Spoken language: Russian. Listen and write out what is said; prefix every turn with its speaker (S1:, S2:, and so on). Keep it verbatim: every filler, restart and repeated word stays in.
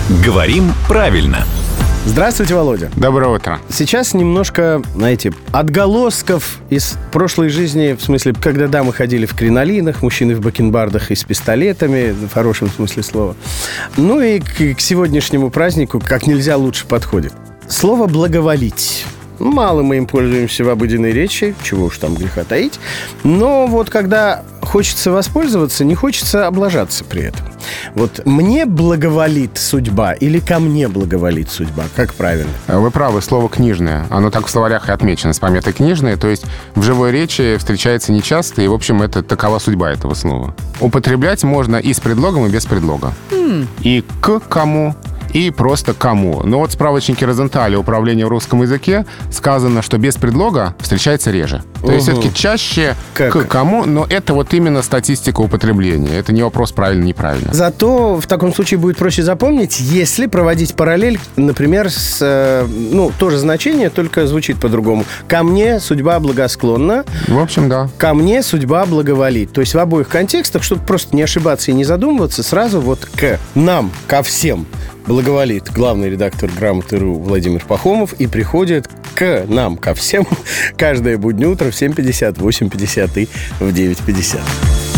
S1: Говорим правильно.
S2: Здравствуйте, Володя.
S3: Доброе утро.
S2: Сейчас немножко, знаете, отголосков из прошлой жизни, в смысле, когда дамы ходили в кринолинах, мужчины в бакенбардах и с пистолетами, в хорошем смысле слова. Ну и к, к сегодняшнему празднику как нельзя лучше подходит. Слово «благоволить». Мало мы им пользуемся в обыденной речи, чего уж там греха таить. Но вот когда хочется воспользоваться, не хочется облажаться при этом. Вот мне благоволит судьба или ко мне благоволит судьба? Как правильно?
S3: Вы правы, слово «книжное». Оно так в словарях и отмечено с пометой «книжное», то есть в живой речи встречается нечасто, и, в общем, это такова судьба этого слова. Употреблять можно и с предлогом, и без предлога. Mm. И к кому, и просто кому. Но вот в справочнике Розенталя «Управление в русском языке» сказано, что без предлога встречается реже. То угу. есть все-таки чаще как? К кому, но это вот именно статистика употребления. Это не вопрос правильно-неправильно.
S2: Зато в таком случае будет проще запомнить, если проводить параллель, например, с... Ну, тоже значение, только звучит по-другому. «Ко мне судьба благосклонна».
S3: В общем, да.
S2: «Ко мне судьба благоволит». То есть в обоих контекстах, чтобы просто не ошибаться и не задумываться, сразу вот «к нам», «ко всем» благоволит главный редактор «Грамоты.ру» Владимир Пахомов и приходит к нам, ко всем, каждое буднее утро в семь пятьдесят, восемь пятьдесят и в девять пятьдесят.